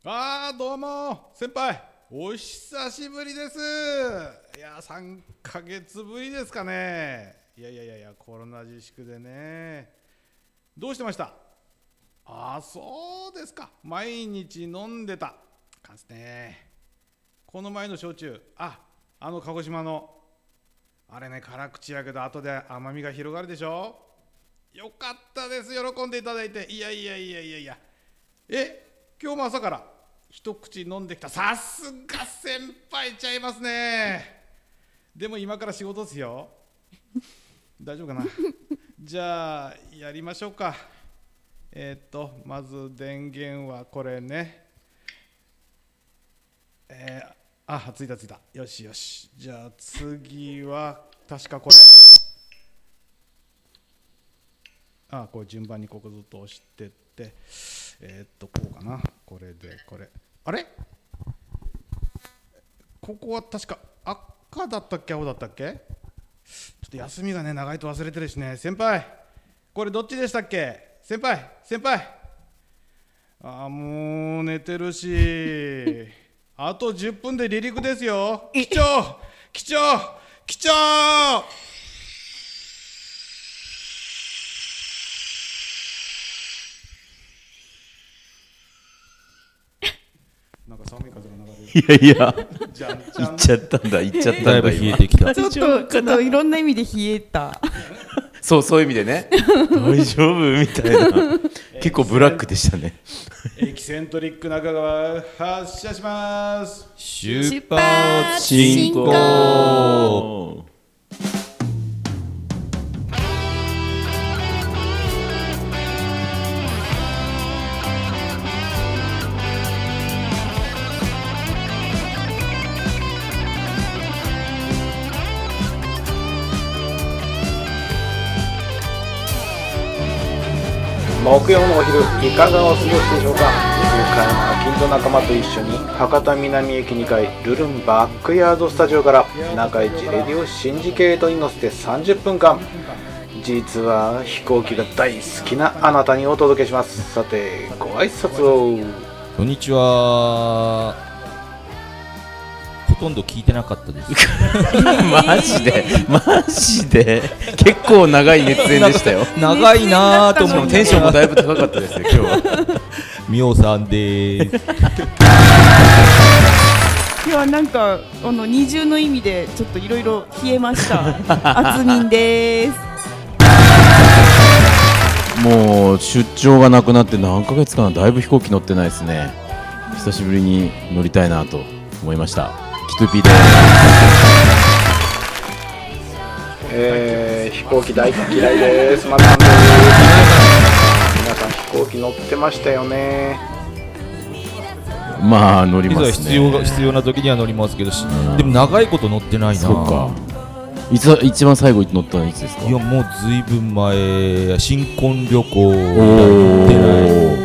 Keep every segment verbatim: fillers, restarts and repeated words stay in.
あーどうも先輩、お久しぶりです。いやさんかげつぶりですかね。いやいやいやいやコロナ自粛でね。どうしてました？ああそうですか、毎日飲んでたかんすね。この前の焼酎、ああの鹿児島のあれね、辛口やけど後で甘みが広がるでしょ。よかったです、喜んでいただいて。いやいやいやいやいや、え今日も朝から一口飲んできた。さすが先輩ちゃいますね。でも今から仕事ですよ。大丈夫かな。じゃあやりましょうか。えー、っとまず電源はこれね。えー、あついたついた。よしよし。じゃあ次は確かこれ。あこれ順番にここずっと押してって、えー、っとこうかな。これでこれあれここは確か赤だったっけ青だったっけ。ちょっと休みがね長いと忘れてるしね。先輩これどっちでしたっけ。先輩先輩、あもう寝てるしあとじゅっぷんで離陸ですよ。機長機長機長。なんか寒い風が流れる。 いやいや、 じゃんじゃん行っちゃったんだ、行っちゃったんだ。 だいぶ冷えてきた。 ちょっとちょっといろんな意味で冷えた。 そうそういう意味でね。大丈夫みたいな。結構ブラックでしたね。 エキセントリック中川発車します。 出発進行。 木曜のお昼いかがお過ごしでしょうか。愉快な金と仲間と一緒に博多南駅にかいルルンバックヤードスタジオから中市レディオシンジケートに乗せてさんじゅっぷんかん、実は飛行機が大好きなあなたにお届けします。さてご挨拶を。 こんにちは。ほとんど聞いてなかったです。 マジでマジで結構長い熱演でしたよ。 長いなぁと思って。 テンションもだいぶ高かったですよ今日は。 みおさんでーす。 今日はなんかあの二重の意味でちょっといろいろ冷えました。あつみんです。 もう出張がなくなって何ヶ月かな。だいぶ飛行機乗ってないですね。久しぶりに乗りたいなと思いました。キトゥピーです。 えー、飛行機大嫌いです。またんです。皆さん飛行機乗ってましたよね。 まあ乗りいざますね。 必要が必要な時には乗りますけど、でも長いこと乗ってないな。 そうか。いつ一番最後に乗ったのいつですか。 いやもうずいぶん前、新婚旅行以来乗ってない。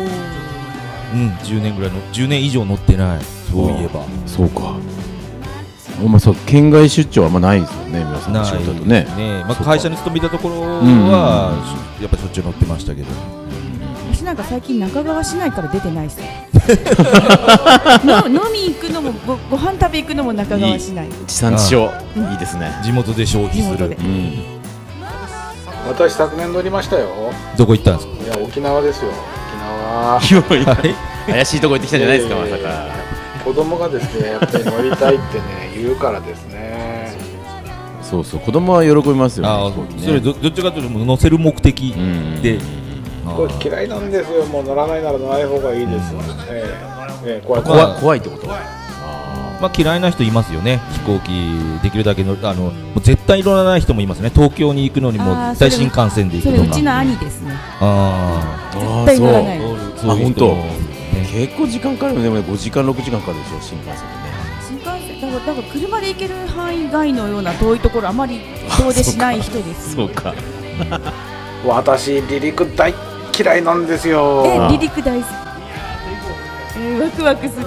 うん、じゅうねんぐらいのじゅうねん以上乗ってない。そういえば。 そうか。お前そう県外出張はあんまないですよね、皆さんの仕事だとね。 ね、まあ、会社に勤めたところは、 うんうんうん、 やっぱりしょっちゅう乗ってましたけど。 私なんか最近中川市内から出てないですよ。の飲み行くのも ご, ご飯食べ行くのも中川市内。 地産地消、いいですね。 地元で消費する。 地元で、 うん、 私昨年乗りましたよ。 どこ行ったんですか。 いや沖縄ですよ。沖縄。 怪しいとこ行ってきたんじゃないですか、まさか。 子供がですねやっぱり乗りたいってね言うからですね。 そうそう、子供は喜びますよね。 あねそれ ど, どっちかというと乗せる目的で、 これ嫌いなんですよ。もう乗らないなら乗らない方がいいです。ええええ、怖い怖い怖いってこと。 まあ、嫌いな人いますよね。飛行機できるだけ乗る、あのもう絶対乗らない人もいますね。東京に行くのにもあ大新幹線で行くとか。 それうちの兄ですね。 あ絶対乗らない。 そうあ本当。 ね、 結構時間かかるよね。でもごじかんろくじかんかかるでしょ、新幹線でね。 新幹線だからだから車で行ける範囲外のような遠いところあまり遠出しない人です、 そうか。 私離陸大嫌いなんですよ。 え離陸大好き。えー、ワクワクする。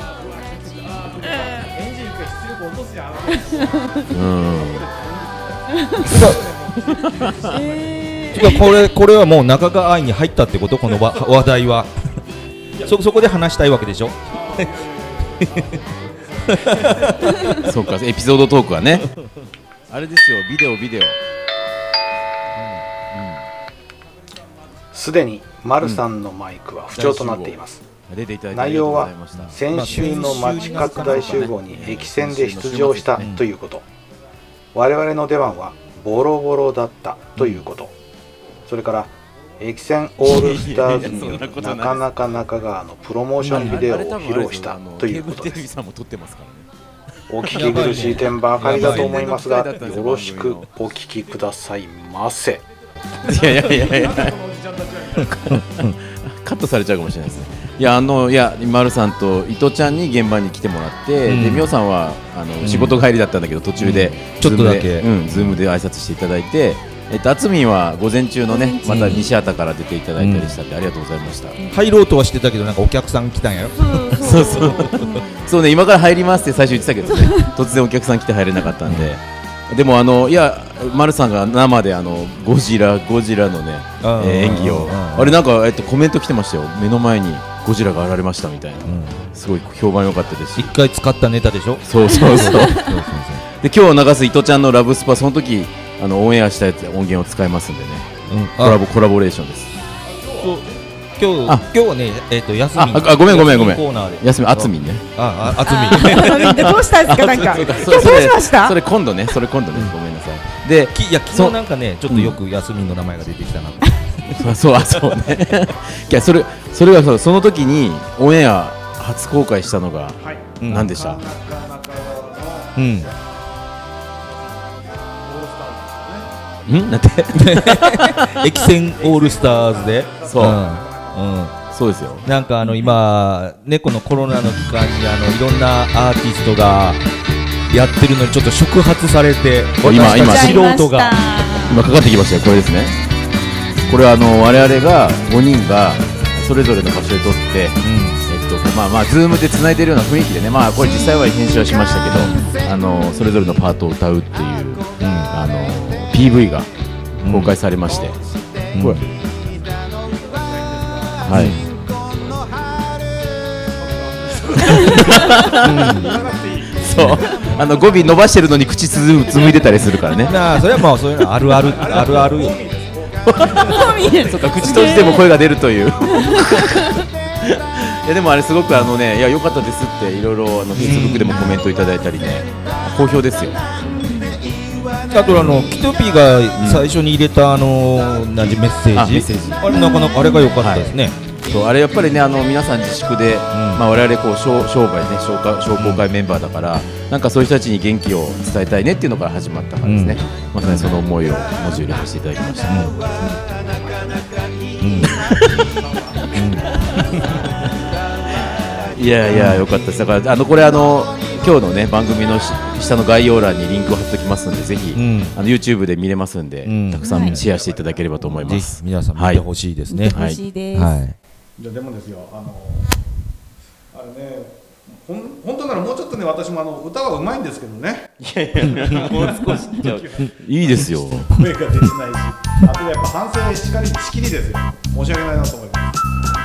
エンジン一回出力落とすじゃん。 うん。 えー、これこれはもう中川愛に入ったってこと、この話題は。そそこで話したいわけでしょ。 そうか、エピソードトークはね。あれですよ、ビデオビデオ。 すでに丸さんのマイクは不調となっています。 出ていただいてあり内容はがとうございました。 先週の町拡大集合に駅戦で出場したということ、我々の出番はボロボロだったということ、それから駅戦オールスターズによるなかなか中川のプロモーションビデオを披露したということです。お聞き苦しい点ばかりだと思いますが、よろしくお聞きくださいませ。 いやいやいやいやカットされちゃうかもしれないですね。いやあのいや丸さんと伊藤ちゃんに現場に来てもらって、うん、でみおさんはあの、うん、仕事帰りだったんだけど途中で、うん、 ちょっとだけうん、ズームで挨拶していただいて、えっと、あつみんは午前中のねまた西畑から出ていただいたりしたんで、うん、ありがとうございました。 入ろうとはしてたけどなんかお客さん来たんやろ。 そうそうそうね、今から入りますって最初言ってたけどね突然お客さん来て入れなかったんで、でもあのいや丸さんが生であのゴジラゴジラのね、えー、演技をあれなんか、えっと、コメント来てましたよ。目の前にゴジラが現れましたみたいな、うん、すごい評判良かったですし、 一回使ったネタでしょ。 そうそうそうで今日流す伊藤ちゃんのラブスパ、その時あのオンエアしたやつ音源を使いますんでね、うん、コラボコラボレーションです。 そう今日あ今日はねえっ、ー、と休みああごめんごめんごめん休みあつみんねあああつみんでどうしたんですかなんか今日どうしました。 それ今度ねそれ今度ね、うん、ごめんなさい。でいや昨日なんかねちょっとよく休みんの名前が出てきたなそうそうあそうねいやそれそれはそうその時にオンエア初公開したのが何でした。うん。んなんて駅戦オールスターズでそう、うんうん、そうですよ。 なんかあの今猫のコロナの期間にあのいろんなアーティストがやってるのにちょっと触発されて今今素人が今かかってきましたよ。これですね。これはあの我々がごにんがそれぞれの場所で撮って、うんえっとまあまあズームでつないでるような雰囲気でね、まあこれ実際は編集はしましたけど、あのそれぞれのパートを歌うっていう、うん、あの ピーブイ が公開されまして、うん、これ、うん、はい。そうあの語尾伸ばしてるのに口つむいてたりするからね。 なあそれはまあそういうのあるあるあるあるよ。 そうか口閉じても声が出るといういやでもあれすごくあのねいや良かったですっていろいろあの Facebook でもコメントいただいたりね好評ですよ。 あとあのキトピーが最初に入れたあの何メッセージ、 メッセージあれなかなかあれが良かったですね。はいそうあれやっぱりねあの皆さん自粛で、うんまあ、我々こう商商売ね商工商工会メンバーだから、うん、なんかそういう人たちに元気を伝えたいねっていうのから始まったからですね、うん、まさにその思いを文字を入れさせていただきました、うんうん、いやいや良かったです。だからあのこれあの今日のね番組の下の概要欄にリンクを貼っておきますのでぜひ、うん、あの YouTube で見れますんで、うん、たくさんシェアしていただければと思います、 はい、皆さん見てほしいですね。 はい、 はいいやでもですよあのあれねほん本当ならもうちょっとね私もあの歌はうまいんですけどね。 いやいやもう少しいいですよ。 声が出てないしあとやっぱ反省しかりしきりですよ。申し訳ないなと思います。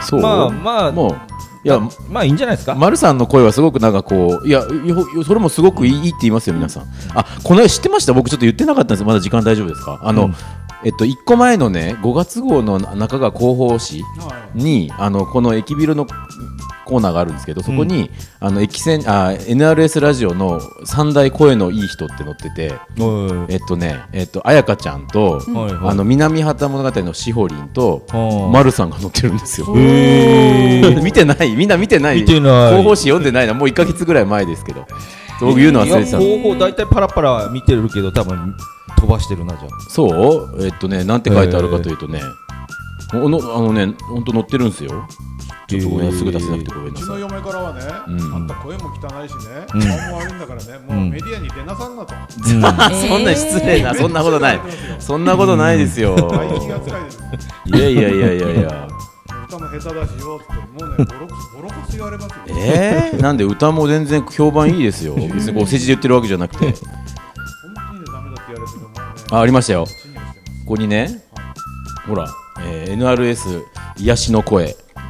そうまあまあもういやまあいいんじゃないですか。 丸さんの声はすごくなんかこういやそれもすごくいいって言いますよ皆さん。あこの絵知ってました。僕ちょっと言ってなかったんです。まだ時間大丈夫ですか。あの、うんえっと、いっこまえのねごがつ号の中川広報誌に、はい、あのこの駅ビルのコーナーがあるんですけどそこに、うん、あの駅線あ エヌアールエス ラジオの三大声のいい人って載ってて、うん、えっとねえっと彩香ちゃんと、うん、あの南畑物語のしほりんと、うん、丸さんが載ってるんですよ。見てないみんな見てない見てない広報誌読んでないなもういっかげつぐらい前ですけど僕言うの忘れてた。 広報大体パラパラ見てるけど多分飛ばしてるなじゃあ。 そうえっとねなんて書いてあるかというとね、えー、のあのね本当載ってるんですよ。ちょっとごめんすぐ出せなくてごめんなさい。 うちの嫁からはね、うん、あんた声も汚いしね、 うん、 顔も悪いんだからね、もうメディアに出なさんなと、 うん、そんな失礼な、そんなことないそんなことないですよ。 大気が使いです。 いやいやいやいやいや歌も下手だしよってもうねボロクソボロクソ言われますよ。 えー、なんで歌も全然評判いいですよ。別にお世辞で言ってるわけじゃなくて本当にねダメだって言われてるもんね。 あ、ありましたよ。ここにね、はい、ほら、えー、エヌアールエス 癒しの声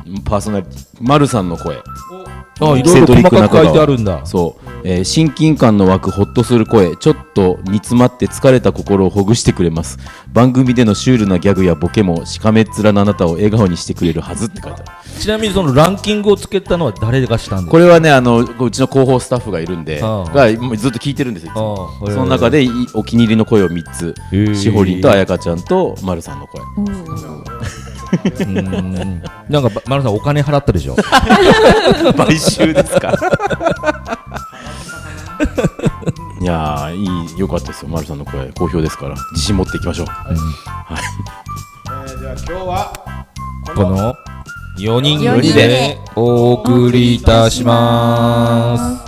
パーソナリティ丸さんの声。 あ、いろいろ細かく書いてあるんだ。 そう、えー、親近感の湧くホッとする声、ちょっと煮詰まって疲れた心をほぐしてくれます。番組でのシュールなギャグやボケもしかめっ面のあなたを笑顔にしてくれるはずって書いてある。 ちなみにそのランキングをつけたのは誰がしたんですか？ これはね、あのうちの広報スタッフがいるんで、 ああがずっと聞いてるんですよ。いつもああその中でいお気に入りの声をみっつ、 へーしほりんとあやかちゃんと丸さんの声。 うーんなんかば丸さんお金払ったでしょ？ 買収ですか？いやー、いい、良かったですよ。丸さんの声好評ですから自信持っていきましょう。はい、 えーじゃあ今日はこのよにんよにんででお送りいたします。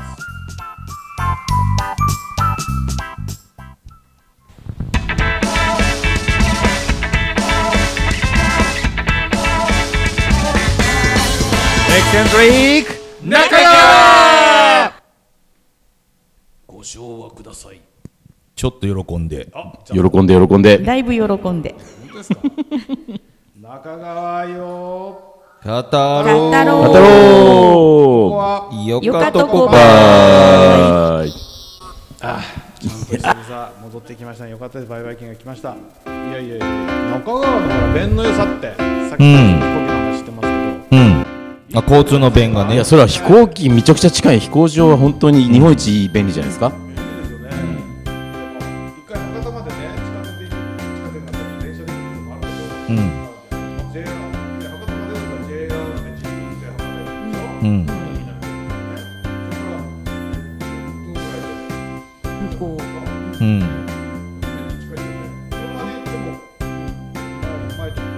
エキセントリック中川。 ご唱和ください。 ちょっと喜んで。 あ、じゃあ喜んで喜んで。 だいぶ喜んで本当ですか？中川よ。 語ろう。 語ろう当たこころはよよかかとことこばー。バイ。 久々戻ってきましたね。よかったです。バイバイ券が来ました。いやいやいや、中川のほら便の良さってさっきから飛行機の話してますけど、 うん。あ、交通の便がね。 いや、それは飛行機めちゃくちゃ近い。飛行場は本当に日本一便利じゃないですか。 便利ですよね。一回博多までね、地下鉄で地下鉄が電車で行くのもあるけど、 うん J 博多までだったら J がね、じゅっぷんで博多で行くでしょ。 うん。 ね、それからうんぐらいで向こううん。 近いですよね。車で行っても前と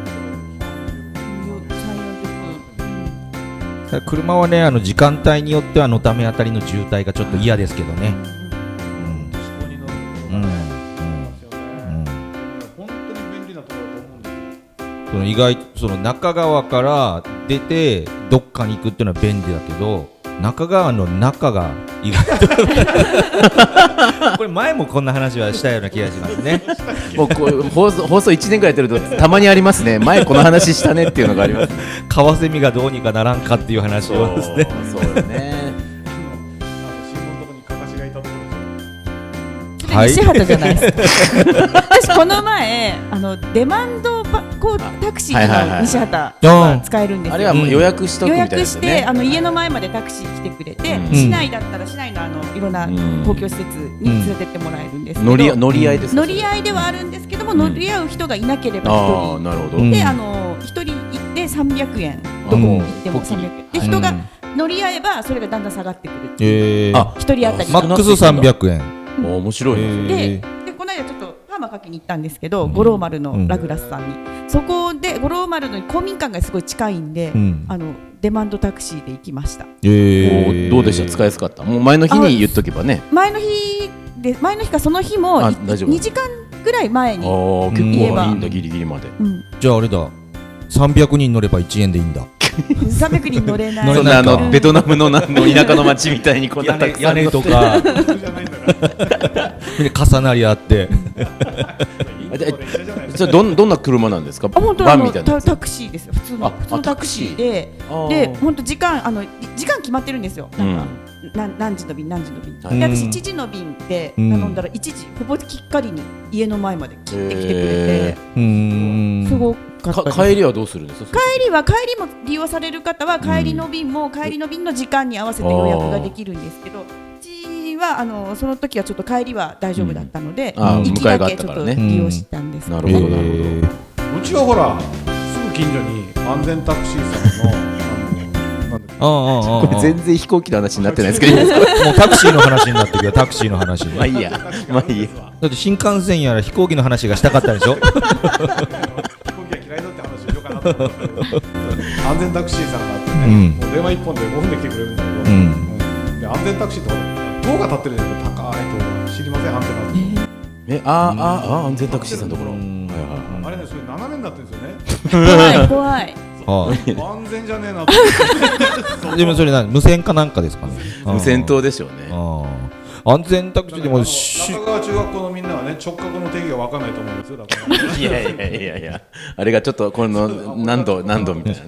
車はね、あの時間帯によってはのためあたりの渋滞がちょっと嫌ですけどね。うん。 思考に乗るとこうん。 ろがうんありますよね。本当に便利なところだと思うんですよ。 その意外とその中川から出てどっかに行くっていうのは便利だけど、中川の中が意外とこれ前もこんな話はしたような気がしますね。 もうこう放送放送いちねんぐらいやってるとたまにありますね。前この話したねっていうのがありますね。 カワセミがどうにかならんかっていう話をですね。 そうよね。 なんか新聞のとこにかかしがいたところですよ。 それ西畑じゃないですか。私この前あのデマンドバこうタクシーの西畑が使えるんですよ。 あれはもう予約しとく予みたいな約して、 やつね。 あの家の前までタクシー来てくれて、 うん市内だったら市内のあのいろんなうん公共施設に連れてってもらえるんですけど、 乗り乗り合いですか。 乗り合いではあるんですけども、 うん乗り合う人がいなければああ、 一なるほど。 うん人で、あの一人行ってさんびゃくえん、どこ行ってもさんびゃくえんで、人が乗り合えばそれがだんだん下がってくるっていう、 えー、 あ一人当たりマックスさんびゃくえん。 お面白いね。 えで、でこの間ちょっとパーマかけに行ったんですけど、五郎丸のラグラスさんに、そこで五郎丸の公民館がすごい近いんで、 うんあのデマンドタクシーで行きました。 えーおどうでした。使いやすかった。もう前の日に言っとけばね。 前の日で前の日かその日もいあ大丈夫にじかんぐらい前に、 ああ、結うん構い言えばいんだ、ギリギリまで。 うん、 じゃああれだ、さんびゃくにん乗ればいちえんでいいんだ。 さんびゃくにん乗れない。 乗そんなあれないかのベトナムのなんの田舎の町みたいにこんなたくさん屋根とかそれじゃないんだから。 で重なり合ってあでそれどんどんな車なんですか。 あ本当バあのタンみたいなやつ。 タクシーですよ。普通のあ普通のタクシーで、 あーで本当時間あの時間決まってるんですよ。なんか、 うな何時の便何時の便。 はいで私いちじの便で頼んだらいちじほぼきっかりに家の前まで切ってきてくれてへ、 うーんすごかったです。 か帰りはどうするんですか。 帰りは帰りも利用される方は帰りの便も帰りの便の時間に合わせて予約ができるんですけど、うちはあのその時はちょっと帰りは大丈夫だったので、 うんあー行きだけちょっ迎えがあったからとね利用したんですけど、 なるほどなるほど。 えーうちはほらすぐ近所に安全タクシーさんのあのなんだっけああああああこれ全然飛行機の話になってないですけどいいですか。 もうタクシーの話になってくるタクシーの話まあいいや。まあいいや。 だって新幹線やら飛行機の話がしたかったでしょ飛行機が嫌いだって話をしようかなと思ったんだけど安全タクシーさんがあってね、 うんもう電話一本でごふんで来てくれるんだけど、 うんうんで安全タクシーってほら塔が立ってるじゃないですか。高い塔が知りません。アンテナえあーあーあー安全タクシーさんのところ。 うんはいはいはい。 あれねそれ斜めになってるんですよね。 怖い怖い。 は安全じゃねえなと思ってい、でもそれ何無線かなんかですかね。 無線塔でしょうね。 ああ安全タクシーでもし中川中学校のみんなはね直角の定義が分かんないと思うんですよ。だからいやいやいやいや、あれがちょっとこの何度何度みたいなね。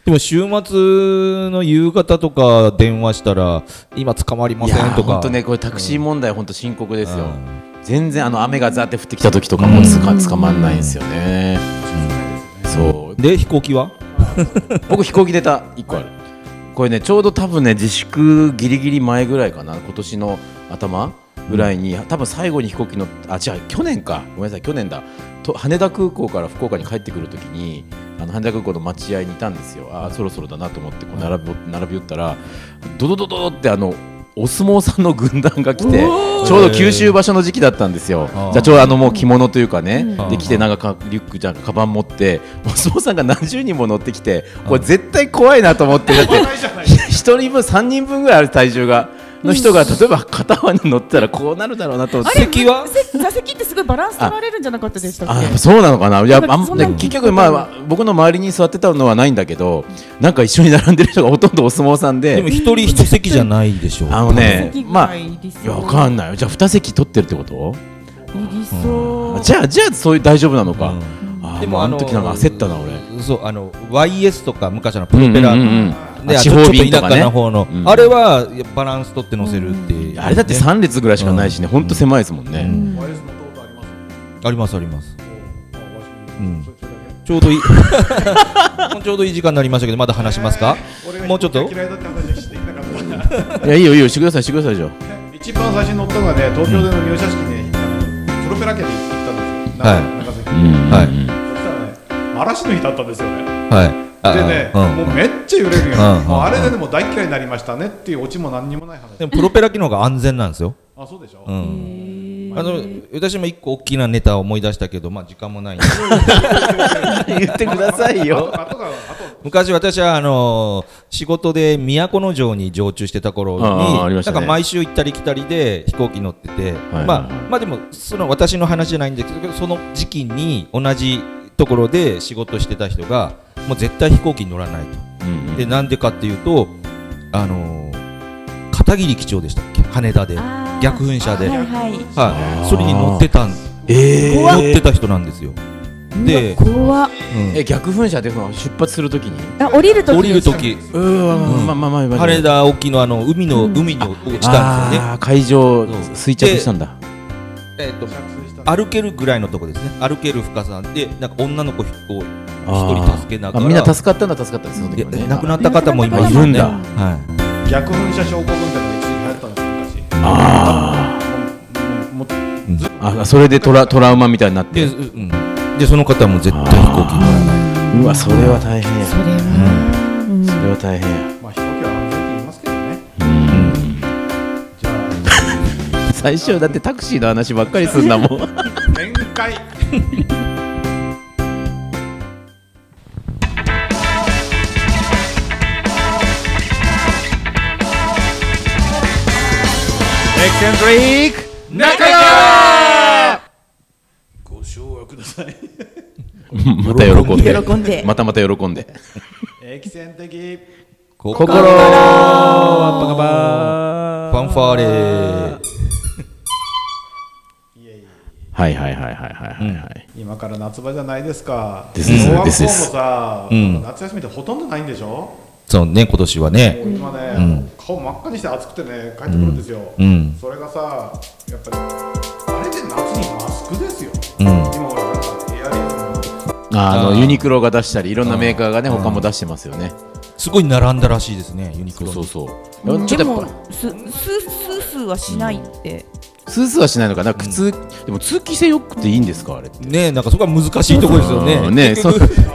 でも週末の夕方とか電話したら今捕まりまいやせんとか。 本当ねこれタクシー問題本当深刻ですよ、 うん全然あの雨がザーって降ってきた時とかもつか捕まんないんですよね、そうで飛行機は僕飛行機出たいっこある。これねちょうど多分ね自粛ギリギリ前ぐらいかな、今年の頭ぐらいに、多分最後に飛行機のあ違う去年かごめんなさい去年だと羽田空港から福岡に帰ってくるときにあの羽田空港の待合にいたんですよ。あそろそろだなと思ってこう並び並び寄ったらドドドドドってあのお相撲さんの軍団が来てちょうど九州場所の時期だったんですよ。 あーじゃあちょうどあのもう着物というかね、 うんで来てなんかかリュックじゃんカバン持ってお相撲さんが何十人も乗ってきてこれ絶対怖いなと思ってだって一人分さんにんぶんぐらいある体重がの人が例えば片側に乗ってたらこうなるだろうなと思って席はせ座席ってすごいバランス取られるんじゃなかったでしたっけ？ あやっぱそうなのかな。いやあんそんなね結局まあ僕の周りに座ってたのはないんだけどなんか一緒に並んでる人がほとんどお相撲さんででも一人一席じゃないでしょう。 あのね席ぐまあらいいりそういやわかんないじゃあに席取ってるってこといりそう。 じゃあじゃあそういう大丈夫なのか、 うんあーもうあの時なんか焦ったな俺。 そうあの ワイエス とか昔のプロペラ、 うんうんうんであ地方あとちょっと田便とかね舎の方の、 うんあれはいやバランス取って乗せるっていう、 あれだってさん列ぐらいしかないしね、ほんと狭いですもんね、 うんワイヤレスのことありますありますあります。 ううんちょうどいいもうちょうどいい時間になりましたけどまだ話しますか？もうちょっと嫌いだって話はしていなかったいやいいよいいよしてくださいしてくださいじゃあ一番最初に乗ったのがね東京での入社式にあのプロペラ機で行ったんですよ、 はい長崎うんに、 はいそしたらね嵐の日だったんですよねはいあでね、 うんもうめっちゃ揺れるよ、 うんもうあれででも大嫌いになりましたねっていうオチも何にもない話でもプロペラ機の方が安全なんですよ。 あそうでしょ、 うんあの私も一個大きなネタを思い出したけど、まあ、時間もないんで言ってくださいよあとあとがあと昔私はあのー仕事で都城に常駐してた頃にあーありましたねなんか毎週行ったり来たりで飛行機乗ってて、 はいまあまあでもその私の話じゃないんだけどその時期に同じところで仕事してた人がもう絶対飛行機に乗らないと。 うんでなんでかっていうとあのー片桐機長でしたっけ羽田であー逆噴射で、 はいはい。 はい、それに乗ってたんえー、 乗ってた人なんですよ。で、 怖っ。 うんえ逆噴射でその出発するときにあ降りるとき降りるときうーんまあまあまあまあ羽田沖のあの海の海に落ちたんですよね。 あー会場そう衰着したんだえっと着水した歩けるぐらいのとこですね。歩ける深さでなんか女の子を一あー人助けながらあみんな助かったんだ助かったんですその時はねで亡くなった方もいますいるんだは逆噴射症候群ってのが一時流行ったんですよ昔あもうもうーあそれでトラトラウマみたいになっい。で、 てうん、でその方はもう絶対飛行機に乗らなうわそれは大変やそれは。うんそれは大変やまあ飛行機は安全って言いますけどねうんじゃあ最初だってタクシーの話ばっかりすんだもん展開エキセントリック中川ご唱和ください。 また喜んで喜んでまたまた喜んでエキセン的心心はパカバファンファーレはいはいはいはいはいはいはい今から夏場じゃないですかですです小学校もですですさ、 うん夏休みってほとんどないんでしょ、 そうね今年はね。 もう今ね、 うん顔真っ赤にして暑くてね帰ってくるんですよ、 うんそれがさやっぱりあれで夏にマスクですよ、 うん今ほらなんかエアリズムあああーのユニクロが出したりいろんなメーカーがね他も出してますよねすごい並んだらしいですねユニクロに。 そうそううんでもちょっとやっぱすスースースーはしないって。 スースーはしないのかな靴でも通気性よくていいんですかあれってねえなんかそこは難しいところですよね。 うんねそう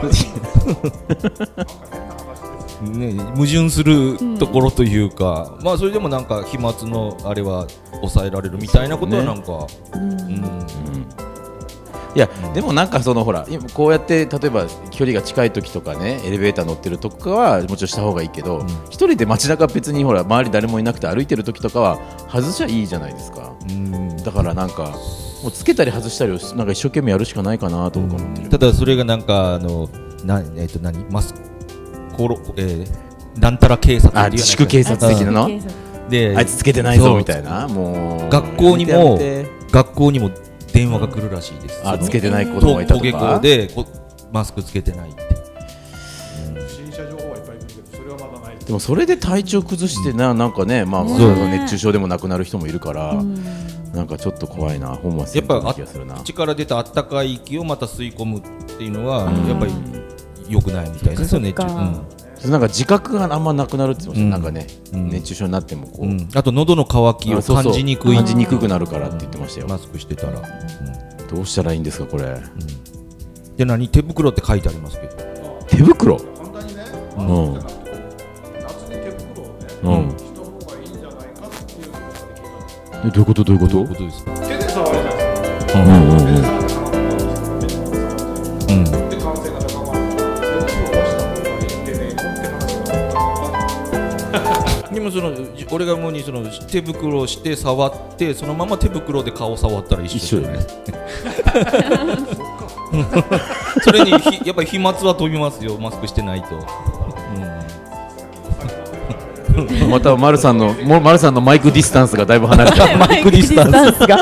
ね矛盾するところというか、まあそれでもなんか飛沫のあれは抑えられるみたいなことはなんか、うんいやでもなんかそのほら今こうやって例えば距離が近い時とかねエレベーター乗ってるとこはもちろんした方がいいけど一人で街中別にほら周り誰もいなくて歩いてる時とかは外しゃいいじゃないですかうんだからなんかもうつけたり外したりをなんか一生懸命やるしかないかなと僕は思ってるただそれがなんかあのなえっ、と何マスコロえー、なんたら警察あっていう自粛警察的なの警察であいつつけてないぞそうみたいなもう学校にもやめてやめて学校にも電話が来るらしいです。 あつけてない子供がいた登下とか校でこマスクつけてないって。 不審者情報はいっぱいがまだない。 でもそれで体調崩してな、なんかね、まあ、 ねそう熱中症でも亡くなる人もいるから、なんかちょっと怖いな、本末やっぱあ気がするな。 口から出たあったかい息をまた吸い込むっていうのはやっぱり良くないみたいですよね。 そっかなんか自覚があんまなくなるって言ってました、 うんなんかね、 うん熱中症になってもこう、 うんうんあと喉の渇きを感じにくい感じにくくなるからって言ってましたよ。 マスクしてたら、うんどうしたらいいんですかこれ。 で何手袋って書いてありますけど、 手袋。 簡単にね、 うん夏に手袋をね、 うん。 した方がいいんじゃないかっていうのが聞いたんです。 えどういうことどういうこと？ どういうことですか？ 手で触るじゃないですか。 うんうんうん手で触って鼻の中に触ってうんで感染が高まるから手袋をした方がいいんでねって話があった。 でもその俺が思うにその手袋をして触ってそのまま手袋で顔触ったら一緒じゃないですか。それにひやっぱり飛沫は飛びますよ、マスクしてないと。 また丸さんのも丸さんのマイクディスタンスがだいぶ離れた。 マイクディスタンスが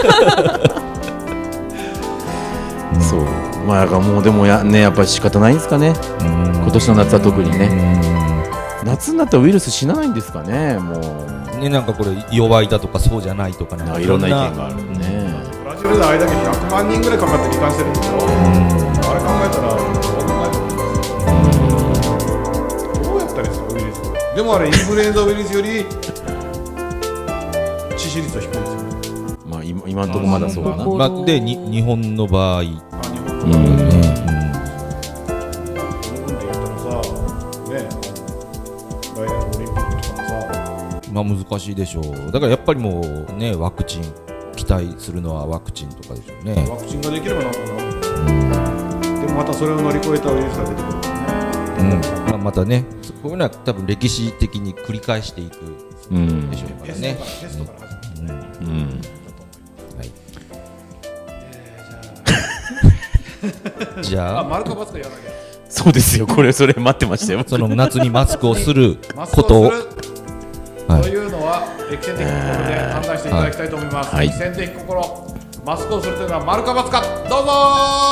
そう。まあだからもうでもやねやっぱり仕方ないんですかね。今年の夏は特にね。夏になったらウイルス死なないんですかね。もうね、なんかこれ弱いだとかそうじゃないとかなんかいろんな意見があるね。 ブラジルであれだけひゃくまんにんぐらいかかって罹患してるんですよ。あれ考えたらどう考えてもどうやったらいいですかウイルス。でもあれインフルエンザウイルスより致死率は低いですよね。 まあ今今のところまだそうだな。 まあ、でに日本の場合、 あ日本うんの場合ね。 うん日本で言ったらさ、ね、来年のオリンピックとかもさ、 まあ難しいでしょう。だからやっぱりもうねワクチン期待するのはワクチンとかでしょうね。 ワクチンができればなんとかなる。でもまたそれを乗り越えたウイルスが出てくるからね。 うんまあ、またねこういうのは多分歴史的に繰り返していくうんでしょうからね。 テストから始まる。 うん。 じゃあ、 あ丸か×か言わなきゃ。 そうですよ。これそれ待ってましたよ。 その夏にマスクをするマスクことををするはいというのは歴史的なところで判断していただきたいと思います。 はい歴史的心、マスクをするというのは丸か×か、どうぞ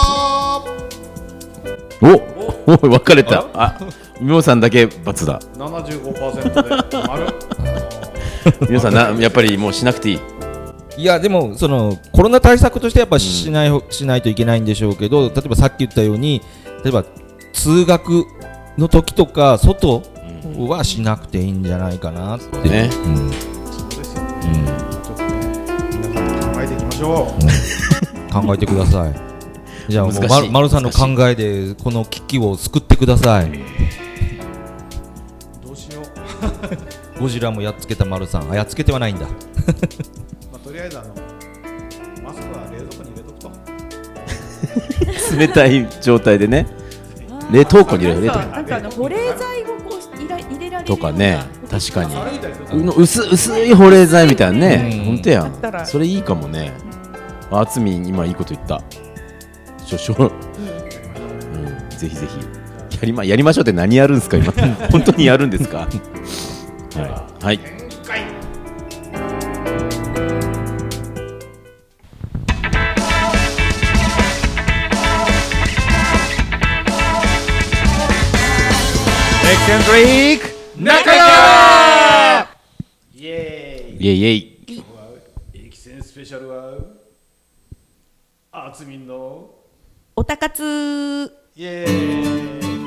おお分かれた。あ、みょうさんだけ×だ。 ー。ななじゅうごパーセントで丸。 みょうさんなやっぱりもうしなくていい。 いやでもそのコロナ対策としてやっぱしない、うん、しないといけないんでしょうけど、例えばさっき言ったように例えば通学の時とか外はしなくていいんじゃないかなってね。 うんそうですよ。ちょっとね、皆さん考えていきましょう。 考えてください。じゃあもう難しいまるさんの考えでこの危機を救ってください。 どうしよう。 ゴジラもやっつけたまるさん、あやっつけてはないんだ。 まあとりあえずあのマスクは冷蔵庫に入れとくと。 冷たい状態でね。冷凍庫に入れる冷凍なんかあの保冷剤をこう入れ入れられるようなとかね。確かに。 あれみたいですよ。 うの薄薄い保冷剤みたいなね。 うん本当やんだった。らそれいいかもね。あつみん今いいこと言った。しょしょ。うんぜひぜひやりまやりましょうって何やるんですか今。本当にやるんですか。はいはい。 エキセントリック中川イエーイ。 イエイイエイ。 今日はエキセンスペシャルはあつみんのおたかつイエーイ。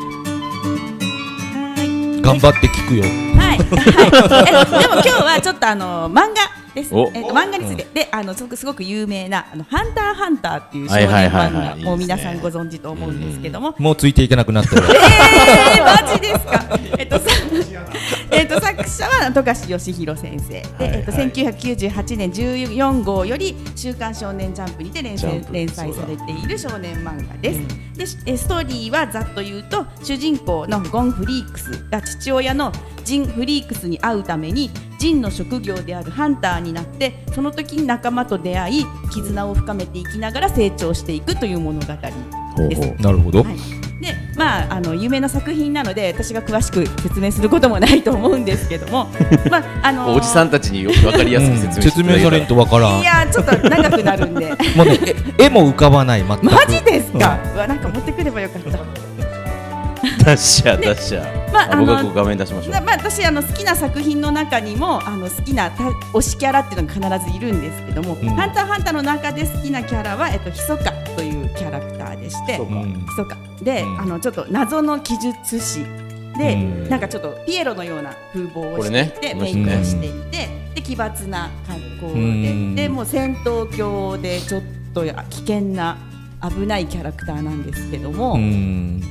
頑張って聞くよ。 はい、はい、えでも今日はちょっとあの漫画です。 おえっと漫画について、であのすごくすごく有名なあのハンターハンターっていう少はい年はいはいはい漫画もう皆さいいですねんご存知と思うんですけども、 もうついていけなくなったよ。 えー、マジですか。えっとさえっと作者は富樫義弘先生で、えっとせんきゅうひゃくきゅうじゅうはちねんじゅうよんごうより週刊少年ジャンプにて連載ジャンプ連載されている少年漫画です。でしえストーリーはざっと言うと、主人公のゴン・フリークスが父親のジン・フリークスに会うためにジンの職業であるハンターになって、その時に仲間と出会い絆を深めていきながら成長していくという物語です。 ほうほう。 なるほど。 はい、でまあ、あの有名な作品なので私が詳しく説明することもないと思うんですけども、まああのー、 おじさんたちによく分かりやすく説明して説明されんとわからん。 いやちょっと長くなるんでもうねえ絵も浮かばない全く。 マジですか、うわなんか持ってくればよかったダッシャーダッシャー、 まああ僕はあのこう画面出しましょう。 まあ、私あの好きな作品の中にもあの好きなた推しキャラっていうのが必ずいるんですけども、 うんハンターハンターの中で好きなキャラは、えっと、ヒソカというキャラクターでして、 うんヒソカで、 うんあのちょっと謎の記述師で、 うんなんかちょっとピエロのような風貌をこれしていて、 ねメイクをしていて、で奇抜な格好で、 うんでもう戦闘狂でちょっと危険な危ないキャラクターなんですけども、 うん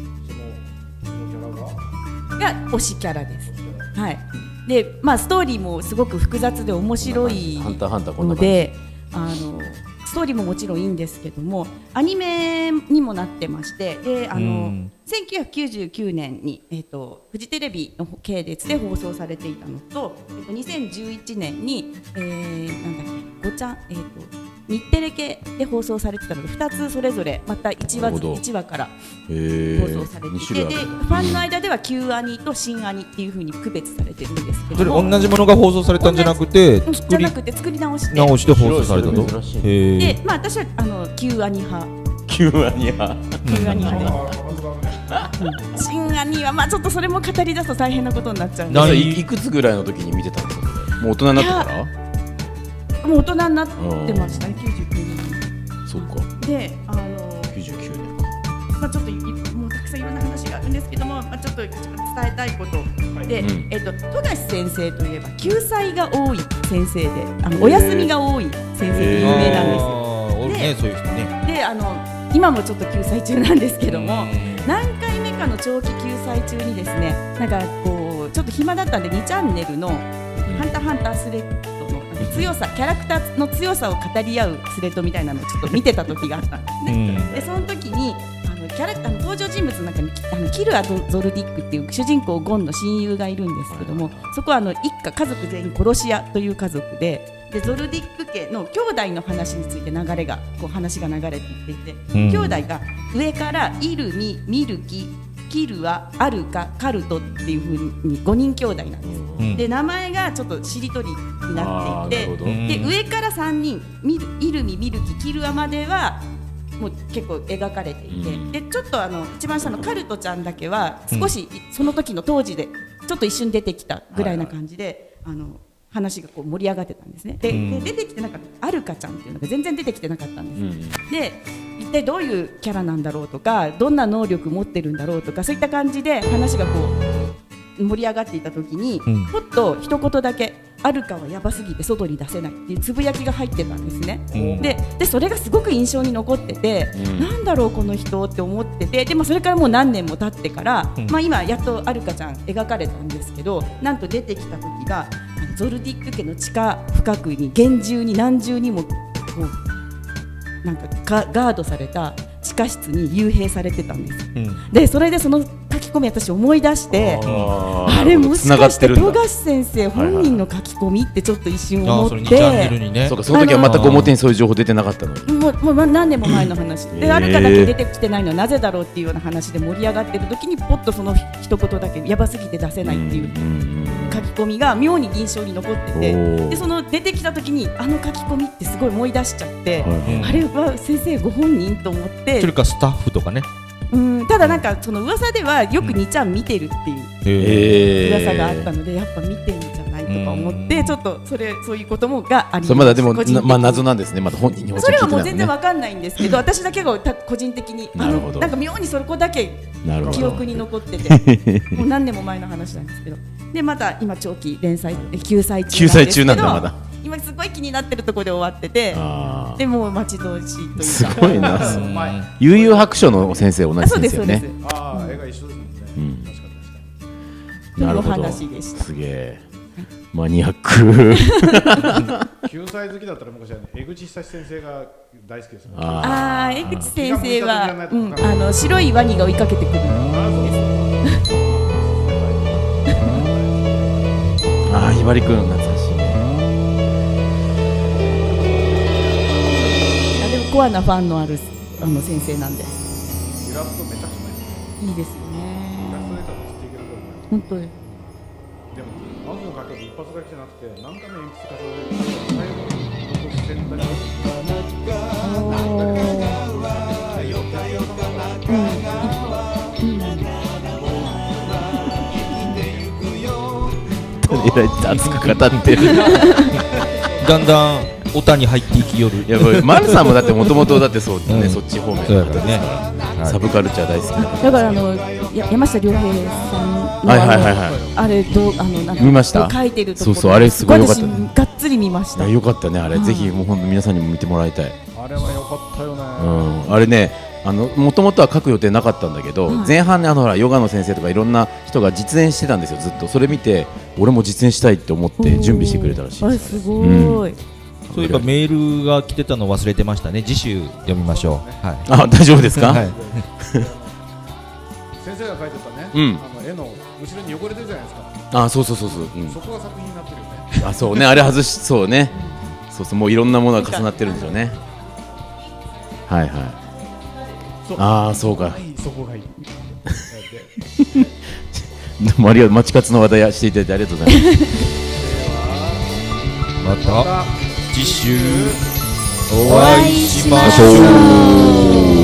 が推しキャラです。はい。で、まあストーリーもすごく複雑で面白いハンターハンターこんな感じ。 ので、あのストーリーももちろんいいんですけども、アニメにもなってまして、で、あの、 うんせんきゅうひゃくきゅうじゅうきゅうねんにえっ、とフジテレビの系列で放送されていたのと、えっとにせんじゅういちねんに、えー、なんだっけ、ごちゃんえっ、と日テレ系で放送されてたのでふたつそれぞれまたいちわなるほどいちわからへー放送されていて、でに種類あるファンの間では旧アニと新アニっていう風に区別されてるんですけそれども、 同じものが放送されたんじゃなくてうん作りじゃなくて作り直して直して放送されたと珍しいへえで、まあ私はあの旧アニ派、 キュアニア旧アニ派で、うん新アニはまあちょっとそれも語り出すと大変なことになっちゃうんで、 何いいくつぐらいの時に見てたんですか？もう大人になってからもう大人になってましたね、きゅうじゅうきゅうねんに。 そっかで、あのきゅうじゅうきゅうねんかまあちょっといもうたくさんいろんな話があるんですけども、まあちょっと伝えたいことで、 うんえっと富樫先生といえば救済が多い先生で、あのお休みが多い先生で有名なんですよ。 あーおるねそういう人ねで、あの今もちょっと救済中なんですけども、 うん何回目かの長期救済中にですね、なんかこうちょっと暇だったんでにチャンネルのハンターハンタースレッドのあの強さ、キャラクターの強さを語り合うスレッドみたいなのをちょっと見てた時があったんですうね。 んでその時にあのキャラクターの登場人物の中にあのキルア・ゾルディックっていう主人公ゴンの親友がいるんですけども、そこはあの一家家族全員殺し屋という家族で。でゾルディック家の兄弟の話について流れがこう話が流れていっていて、 うん兄弟が上からイルミ、ミルキ、キルア、アルカ、カルトっていう風にごにん兄弟なんです。 うんで名前がちょっとしりとりになっていて、 あーなるほどうんで上からさんにんミルイルミ、ミルキ、キルアまではもう結構描かれていて、 うんでちょっとあの一番下のカルトちゃんだけは少しその時の当時でちょっと一瞬出てきたぐらいな感じで、あの話がこう盛り上がってたんですね。で、 うんで出てきてなんかアルカちゃんっていうのが全然出てきてなかったんです。 うんで一体どういうキャラなんだろうとかどんな能力持ってるんだろうとかそういった感じで話がこう盛り上がっていた時に、 うんふっと一言だけ「アルカはやばすぎて外に出せない」っていうつぶやきが入ってたんですね。 うんででそれがすごく印象に残ってて、 うんなんだろうこの人って思ってて、でもそれからもう何年も経ってから、 うんまあ、今やっとアルカちゃん描かれたんですけど、なんと出てきた時があのゾルディック家の地下深くに厳重に何重にもこうなんかガガードされた地下室に幽閉されてたんです。 うんでそれでその書き込み私思い出して、 あーあれもし繋がかしてってるんだ富樫先生本人の書き込みってちょっと一瞬あ思っーそれにチャンネルて、 にねそうかその時は全く表にそういう情報出てなかったのにもうもうま何年も前の話で、 へーあるかだけ出てきてないのはなぜだろうっていうような話で盛り上がってる時にポッとその一言だけやばすぎて出せないっていう書き込みが妙に印象に残ってて、 おーでその出てきた時にあの書き込みってすごい思い出しちゃって、 はいうんあれは先生ご本人と思ってそれかスタッフとかねうん、ただなんかその噂ではよくにちゃん見てるっていうへえー噂があったので、やっぱ見てるんじゃないとか思って、 うんちょっとそれそういうこともがあります。 それまだでも個人的になまあ謎なんですねまだ本人にそれはもう聞いてないのね全然わかんないんですけど、私だけがた個人的にあなるほどのなんか妙にそこだけなるほど記憶に残ってて、もう何年も前の話なんですけど、でまた今長期連載え救済中なんですけど、 救済中なんだまだ今すごい気になってるところで終わってて、 あーでもう待ち遠しいというか。 すごいなうん悠々白書の先生同じあそうですそうです先生よね。 ああ、絵が一緒ですもんね。 うん確かに確かというおなるほど話でした。 すげえマニアックに。救済好きだったら昔はね、江口久志先生が大好きですもん。 あああ、江口先生は気が向いた時じゃない、とうん、 分かんないあの白いワニが追いかけてくるんです。 あーひばりくん懐かしいねいやでもコアなファンのあるあの先生なんでイラストめちゃくちゃない。 いいですよイラね。 ストレーターとしていけると思います。 本当に。 でも、まずの書き方一発書きじゃなくて、何回も鉛筆重ねて、最後に残す線だけ。 おーうんうんえらい熱く語ってるだんだんオタに入っていきよる。 いやこれ丸さんもだってもともとだってそうね、 うんそっち方面そうの方ですやからねから、サブカルチャー大好きだかだからあのや山下良平さんのはいはいはいはいあれどうあのなんか見ました書いてるところそうそうあれすごい良かったね私がっつり見ましたら、いやよかったねあれ、 はいぜひもう本当皆さんにも見てもらいたい、 あれは良かったよね、 うん、あれねあのもともとは書く予定なかったんだけど、 はい前半ねあのほらヨガの先生とかいろんな人が実演してたんですよずっと。それ見て俺も実演したいって思って準備してくれたらしいあれですすごい、 そういえばメールが来てたの忘れてましたね。次週読みましょう。はい。 あ大丈夫ですか、 はい。 先生が描いてたね、 うんあの絵の後ろに汚れてるじゃないですか、 あそうそうそうそう、うんそこが作品になってるよね。 あそうねあれ外しそうね、そうそうもういろんなものが重なってるんですよね。はいはい。 そうああそうか。 そこがいい。 どうもありがとう。マチカツの話題していただいてありがとうございます。 また次週お会いしましょう。